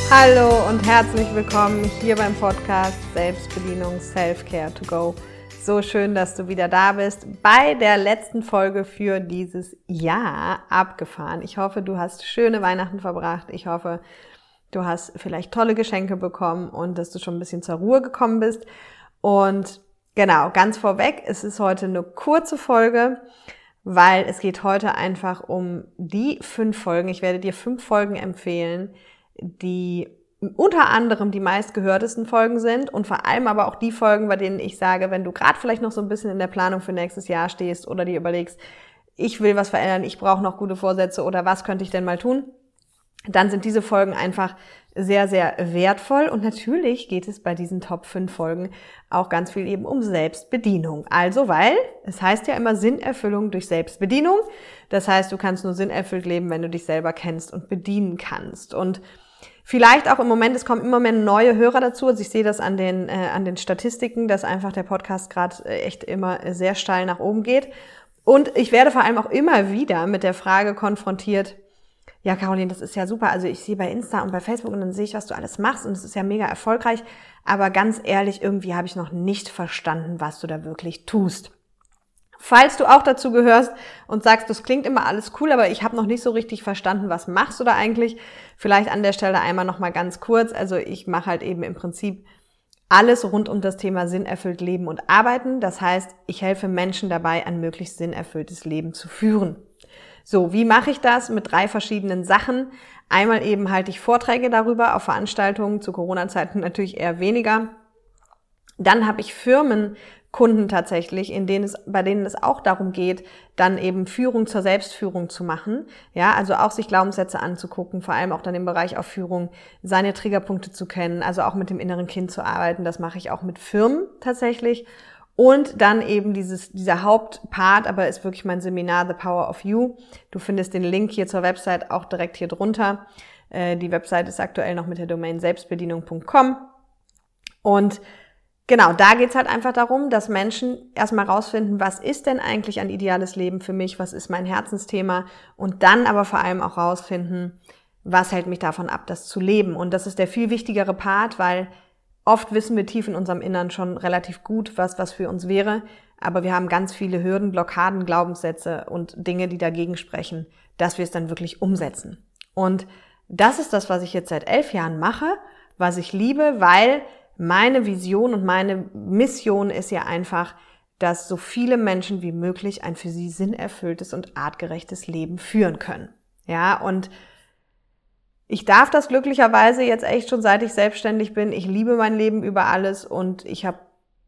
Hallo und herzlich willkommen hier beim Podcast Selbstbedienung Self-Care to Go. So schön, dass du wieder da bist bei der letzten Folge für dieses Jahr abgefahren. Ich hoffe, du hast schöne Weihnachten verbracht. Ich hoffe, du hast vielleicht tolle Geschenke bekommen und dass du schon ein bisschen zur Ruhe gekommen bist. Und genau, ganz vorweg, es ist heute eine kurze Folge, weil es geht heute einfach um die 5 Folgen. Ich werde dir 5 Folgen empfehlen, die unter anderem die meistgehörtesten Folgen sind und vor allem aber auch die Folgen, bei denen ich sage, wenn du gerade vielleicht noch so ein bisschen in der Planung für nächstes Jahr stehst oder dir überlegst, ich will was verändern, ich brauche noch gute Vorsätze oder was könnte ich denn mal tun, dann sind diese Folgen einfach sehr, sehr wertvoll. Und natürlich geht es bei diesen Top 5 Folgen auch ganz viel eben um Selbstbedienung. Also, weil es heißt ja immer Sinnerfüllung durch Selbstbedienung. Das heißt, du kannst nur sinnerfüllt leben, wenn du dich selber kennst und bedienen kannst. Und vielleicht auch im Moment, es kommen immer mehr neue Hörer dazu. Also ich sehe das an den Statistiken, dass einfach der Podcast gerade echt immer sehr steil nach oben geht. Und ich werde vor allem auch immer wieder mit der Frage konfrontiert, ja, Caroline, das ist ja super. Also ich sehe bei Insta und bei Facebook und dann sehe ich, was du alles machst und es ist ja mega erfolgreich. Aber ganz ehrlich, irgendwie habe ich noch nicht verstanden, was du da wirklich tust. Falls du auch dazu gehörst und sagst, das klingt immer alles cool, aber ich habe noch nicht so richtig verstanden, was machst du da eigentlich? Vielleicht an der Stelle einmal noch mal ganz kurz. Also ich mache halt eben im Prinzip alles rund um das Thema sinnerfüllt Leben und Arbeiten. Das heißt, ich helfe Menschen dabei, ein möglichst sinnerfülltes Leben zu führen. So, wie mache ich das? Mit 3 verschiedenen Sachen. Einmal eben halte ich Vorträge darüber auf Veranstaltungen, zu Corona-Zeiten natürlich eher weniger. Dann habe ich Firmenkunden tatsächlich, bei denen es auch darum geht, dann eben Führung zur Selbstführung zu machen. Ja, also auch sich Glaubenssätze anzugucken, vor allem auch dann im Bereich auf Führung, seine Triggerpunkte zu kennen, also auch mit dem inneren Kind zu arbeiten. Das mache ich auch mit Firmen tatsächlich. Und dann eben dieser Hauptpart, aber ist wirklich mein Seminar The Power of You. Du findest den Link hier zur Website auch direkt hier drunter. Die Website ist aktuell noch mit der Domain selbstbedienung.com. Und genau, da geht's halt einfach darum, dass Menschen erstmal rausfinden, was ist denn eigentlich ein ideales Leben für mich, was ist mein Herzensthema und dann aber vor allem auch rausfinden, was hält mich davon ab, das zu leben. Und das ist der viel wichtigere Part, weil oft wissen wir tief in unserem Innern schon relativ gut, was für uns wäre, aber wir haben ganz viele Hürden, Blockaden, Glaubenssätze und Dinge, die dagegen sprechen, dass wir es dann wirklich umsetzen. Und das ist das, was ich jetzt seit 11 Jahren mache, was ich liebe, weil meine Vision und meine Mission ist ja einfach, dass so viele Menschen wie möglich ein für sie sinnerfülltes und artgerechtes Leben führen können. Ja, und ich darf das glücklicherweise jetzt echt schon, seit ich selbstständig bin. Ich liebe mein Leben über alles und ich habe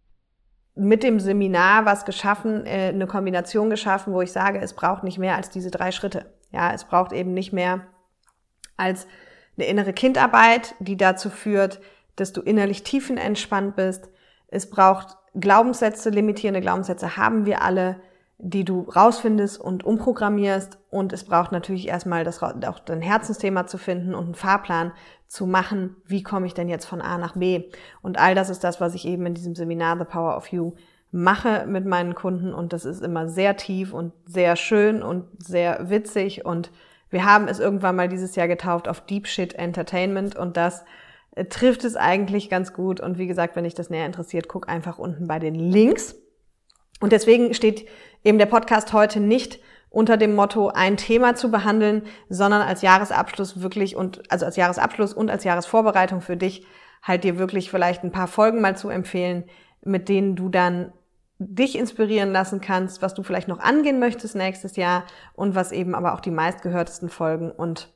mit dem Seminar was geschaffen, eine Kombination geschaffen, wo ich sage, es braucht nicht mehr als diese 3 Schritte. Ja, es braucht eben nicht mehr als eine innere Kindarbeit, die dazu führt, dass du innerlich tiefenentspannt bist. Es braucht Glaubenssätze, limitierende Glaubenssätze haben wir alle, die du rausfindest und umprogrammierst. Und es braucht natürlich erstmal auch dein Herzensthema zu finden und einen Fahrplan zu machen. Wie komme ich denn jetzt von A nach B? Und all das ist das, was ich eben in diesem Seminar The Power of You mache mit meinen Kunden. Und das ist immer sehr tief und sehr schön und sehr witzig. Und wir haben es irgendwann mal dieses Jahr getauft auf Deep Shit Entertainment. Und das trifft es eigentlich ganz gut. Und wie gesagt, wenn dich das näher interessiert, guck einfach unten bei den Links. Und deswegen steht eben der Podcast heute nicht unter dem Motto, ein Thema zu behandeln, sondern als Jahresabschluss als Jahresabschluss und als Jahresvorbereitung für dich halt dir wirklich vielleicht ein paar Folgen mal zu empfehlen, mit denen du dann dich inspirieren lassen kannst, was du vielleicht noch angehen möchtest nächstes Jahr und was eben aber auch die meistgehörtesten Folgen und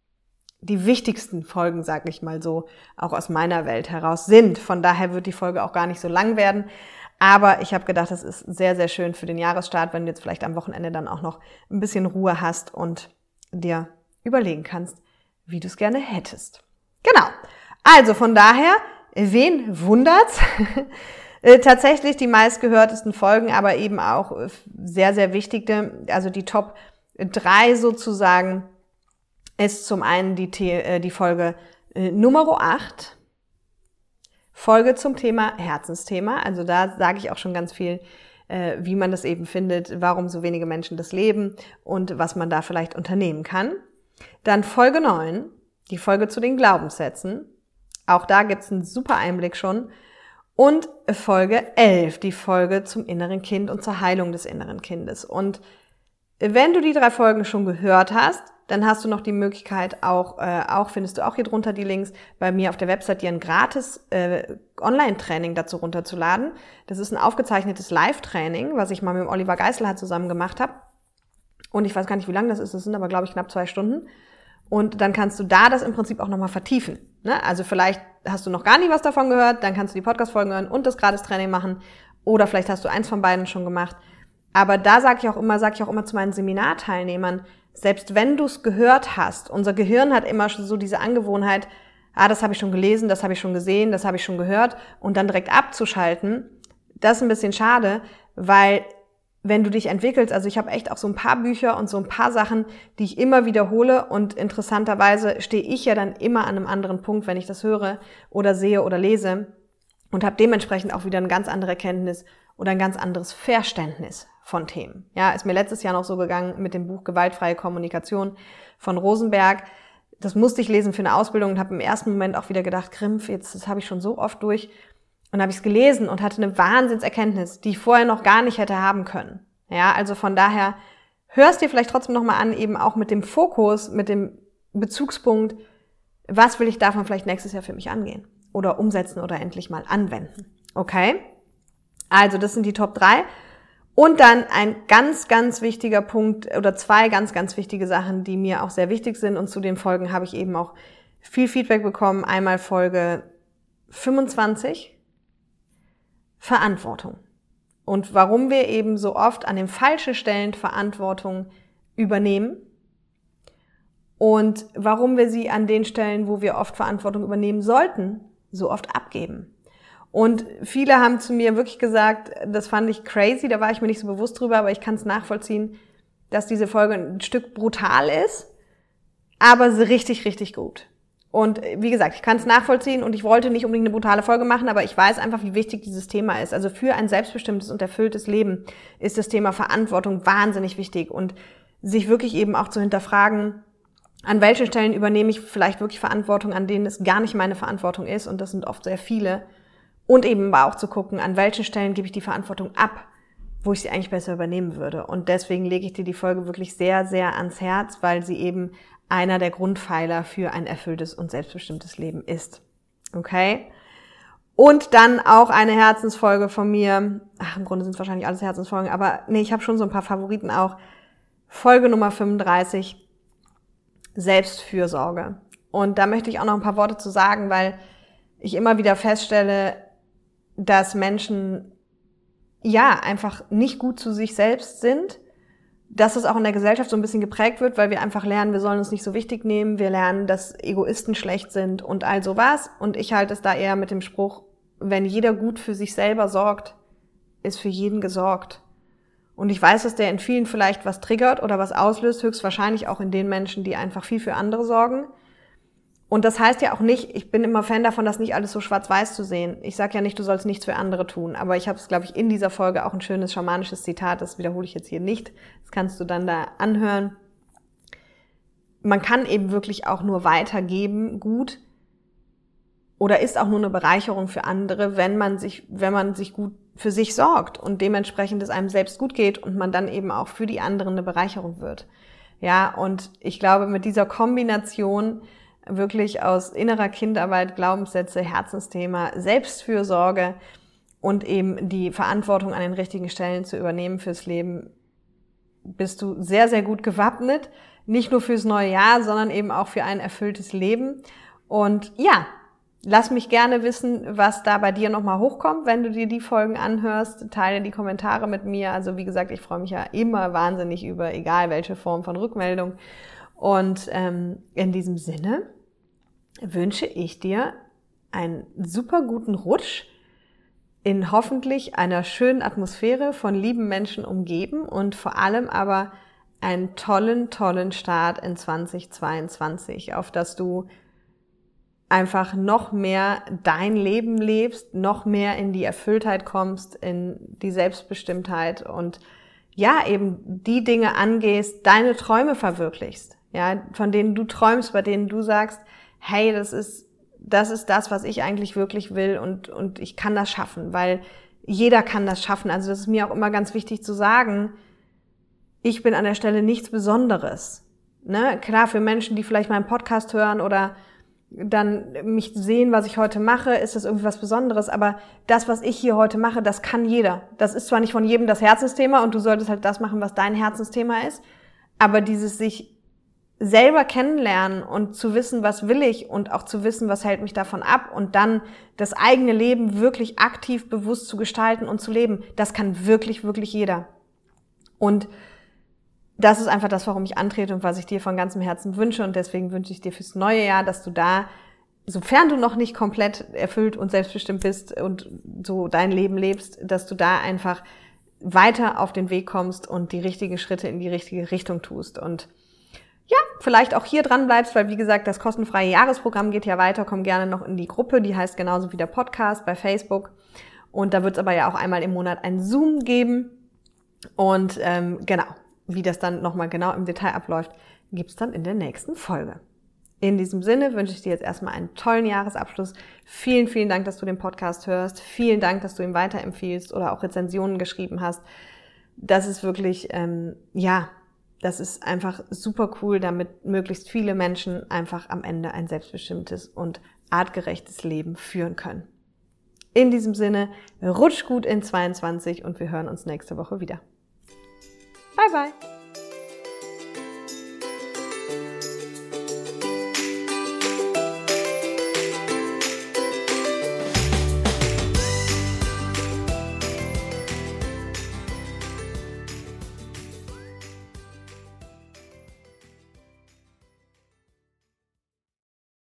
die wichtigsten Folgen, sag ich mal so, auch aus meiner Welt heraus sind. Von daher wird die Folge auch gar nicht so lang werden. Aber ich habe gedacht, das ist sehr, sehr schön für den Jahresstart, wenn du jetzt vielleicht am Wochenende dann auch noch ein bisschen Ruhe hast und dir überlegen kannst, wie du es gerne hättest. Genau. Also von daher, wen wundert's? Tatsächlich die meistgehörtesten Folgen, aber eben auch sehr, sehr wichtige, also die Top 3 sozusagen, ist zum einen die Folge Nummer 8, Folge zum Thema Herzensthema. Also da sage ich auch schon ganz viel, wie man das eben findet, warum so wenige Menschen das leben und was man da vielleicht unternehmen kann. Dann Folge 9, die Folge zu den Glaubenssätzen. Auch da gibt's einen super Einblick schon. Und Folge 11, die Folge zum inneren Kind und zur Heilung des inneren Kindes. Und wenn du die 3 Folgen schon gehört hast, dann hast du noch die Möglichkeit, auch findest du auch hier drunter die Links, bei mir auf der Website dir ein gratis Online-Training dazu runterzuladen. Das ist ein aufgezeichnetes Live-Training, was ich mal mit dem Oliver Geisler zusammen gemacht habe. Und ich weiß gar nicht, wie lang das ist. Das sind aber, glaube ich, knapp 2 Stunden. Und dann kannst du da das im Prinzip auch nochmal vertiefen. Ne? Also vielleicht hast du noch gar nie was davon gehört, dann kannst du die Podcast-Folgen hören und das Gratis-Training machen. Oder vielleicht hast du eins von beiden schon gemacht. Aber da sage ich auch immer zu meinen Seminarteilnehmern, selbst wenn du es gehört hast, unser Gehirn hat immer so diese Angewohnheit, das habe ich schon gelesen, das habe ich schon gesehen, das habe ich schon gehört und dann direkt abzuschalten. Das ist ein bisschen schade, weil wenn du dich entwickelst, also ich habe echt auch so ein paar Bücher und so ein paar Sachen, die ich immer wiederhole und interessanterweise stehe ich ja dann immer an einem anderen Punkt, wenn ich das höre oder sehe oder lese und habe dementsprechend auch wieder eine ganz andere Erkenntnis oder ein ganz anderes Verständnis von Themen. Ja, ist mir letztes Jahr noch so gegangen mit dem Buch Gewaltfreie Kommunikation von Rosenberg. Das musste ich lesen für eine Ausbildung und habe im ersten Moment auch wieder gedacht, Grimpf, das habe ich schon so oft durch. Und habe ich es gelesen und hatte eine Wahnsinnserkenntnis, die ich vorher noch gar nicht hätte haben können. Ja, also von daher, hörst dir vielleicht trotzdem nochmal an, eben auch mit dem Fokus, mit dem Bezugspunkt, was will ich davon vielleicht nächstes Jahr für mich angehen oder umsetzen oder endlich mal anwenden. Okay? Also das sind die Top 3. Und dann ein ganz, ganz wichtiger Punkt oder 2 ganz, ganz wichtige Sachen, die mir auch sehr wichtig sind. Und zu den Folgen habe ich eben auch viel Feedback bekommen. Einmal Folge 25, Verantwortung. Und warum wir eben so oft an den falschen Stellen Verantwortung übernehmen und warum wir sie an den Stellen, wo wir oft Verantwortung übernehmen sollten, so oft abgeben. Und viele haben zu mir wirklich gesagt, das fand ich crazy, da war ich mir nicht so bewusst drüber, aber ich kann es nachvollziehen, dass diese Folge ein Stück brutal ist, aber sie richtig, richtig gut. Und wie gesagt, ich kann es nachvollziehen und ich wollte nicht unbedingt eine brutale Folge machen, aber ich weiß einfach, wie wichtig dieses Thema ist. Also für ein selbstbestimmtes und erfülltes Leben ist das Thema Verantwortung wahnsinnig wichtig und sich wirklich eben auch zu hinterfragen, an welchen Stellen übernehme ich vielleicht wirklich Verantwortung, an denen es gar nicht meine Verantwortung ist und das sind oft sehr viele. Und eben auch zu gucken, an welchen Stellen gebe ich die Verantwortung ab, wo ich sie eigentlich besser übernehmen würde. Und deswegen lege ich dir die Folge wirklich sehr, sehr ans Herz, weil sie eben einer der Grundpfeiler für ein erfülltes und selbstbestimmtes Leben ist. Okay? Und dann auch eine Herzensfolge von mir. Im Grunde sind es wahrscheinlich alles Herzensfolgen, aber nee, ich habe schon so ein paar Favoriten auch. Folge Nummer 35, Selbstfürsorge. Und da möchte ich auch noch ein paar Worte zu sagen, weil ich immer wieder feststelle, dass Menschen ja einfach nicht gut zu sich selbst sind, dass es auch in der Gesellschaft so ein bisschen geprägt wird, weil wir einfach lernen, wir sollen uns nicht so wichtig nehmen, wir lernen, dass Egoisten schlecht sind und all sowas. Und ich halte es da eher mit dem Spruch, wenn jeder gut für sich selber sorgt, ist für jeden gesorgt. Und ich weiß, dass der in vielen vielleicht was triggert oder was auslöst, höchstwahrscheinlich auch in den Menschen, die einfach viel für andere sorgen. Und das heißt ja auch nicht, ich bin immer Fan davon, das nicht alles so schwarz-weiß zu sehen. Ich sage ja nicht, du sollst nichts für andere tun, aber ich habe es, glaube ich, in dieser Folge auch ein schönes schamanisches Zitat, das wiederhole ich jetzt hier nicht, das kannst du dann da anhören. Man kann eben wirklich auch nur weitergeben, gut, oder ist auch nur eine Bereicherung für andere, wenn man sich gut für sich sorgt und dementsprechend es einem selbst gut geht und man dann eben auch für die anderen eine Bereicherung wird. Ja, und ich glaube, mit dieser Kombination wirklich aus innerer Kindarbeit, Glaubenssätze, Herzensthema, Selbstfürsorge und eben die Verantwortung an den richtigen Stellen zu übernehmen fürs Leben, bist du sehr, sehr gut gewappnet. Nicht nur fürs neue Jahr, sondern eben auch für ein erfülltes Leben. Und ja, lass mich gerne wissen, was da bei dir nochmal hochkommt, wenn du dir die Folgen anhörst. Teile die Kommentare mit mir. Also wie gesagt, ich freue mich ja immer wahnsinnig über egal welche Form von Rückmeldung. Und in diesem Sinne wünsche ich dir einen super guten Rutsch in hoffentlich einer schönen Atmosphäre von lieben Menschen umgeben und vor allem aber einen tollen, tollen Start in 2022, auf dass du einfach noch mehr dein Leben lebst, noch mehr in die Erfülltheit kommst, in die Selbstbestimmtheit und ja, eben die Dinge angehst, deine Träume verwirklichst. ja, von denen du träumst, bei denen du sagst, hey, das ist das, was ich eigentlich wirklich will und ich kann das schaffen, weil jeder kann das schaffen. Also das ist mir auch immer ganz wichtig zu sagen, ich bin an der Stelle nichts Besonderes. Ne? Klar, für Menschen, die vielleicht meinen Podcast hören oder dann mich sehen, was ich heute mache, ist das irgendwie was Besonderes. Aber das, was ich hier heute mache, das kann jeder. Das ist zwar nicht von jedem das Herzensthema und du solltest halt das machen, was dein Herzensthema ist, aber dieses sich selber kennenlernen und zu wissen, was will ich und auch zu wissen, was hält mich davon ab und dann das eigene Leben wirklich aktiv, bewusst zu gestalten und zu leben, das kann wirklich, wirklich jeder. Und das ist einfach das, warum ich antrete und was ich dir von ganzem Herzen wünsche. Und deswegen wünsche ich dir fürs neue Jahr, dass du da, sofern du noch nicht komplett erfüllt und selbstbestimmt bist und so dein Leben lebst, dass du da einfach weiter auf den Weg kommst und die richtigen Schritte in die richtige Richtung tust. Und ja, vielleicht auch hier dran bleibst, weil wie gesagt, das kostenfreie Jahresprogramm geht ja weiter. Komm gerne noch in die Gruppe, die heißt genauso wie der Podcast bei Facebook. Und da wird es aber ja auch einmal im Monat ein Zoom geben. Und genau. Wie das dann nochmal genau im Detail abläuft, gibt's dann in der nächsten Folge. In diesem Sinne wünsche ich dir jetzt erstmal einen tollen Jahresabschluss. Vielen, vielen Dank, dass du den Podcast hörst. Vielen Dank, dass du ihn weiterempfiehlst oder auch Rezensionen geschrieben hast. Das ist wirklich, das ist einfach super cool, damit möglichst viele Menschen einfach am Ende ein selbstbestimmtes und artgerechtes Leben führen können. In diesem Sinne, rutsch gut in 22 und wir hören uns nächste Woche wieder. Bye, bye.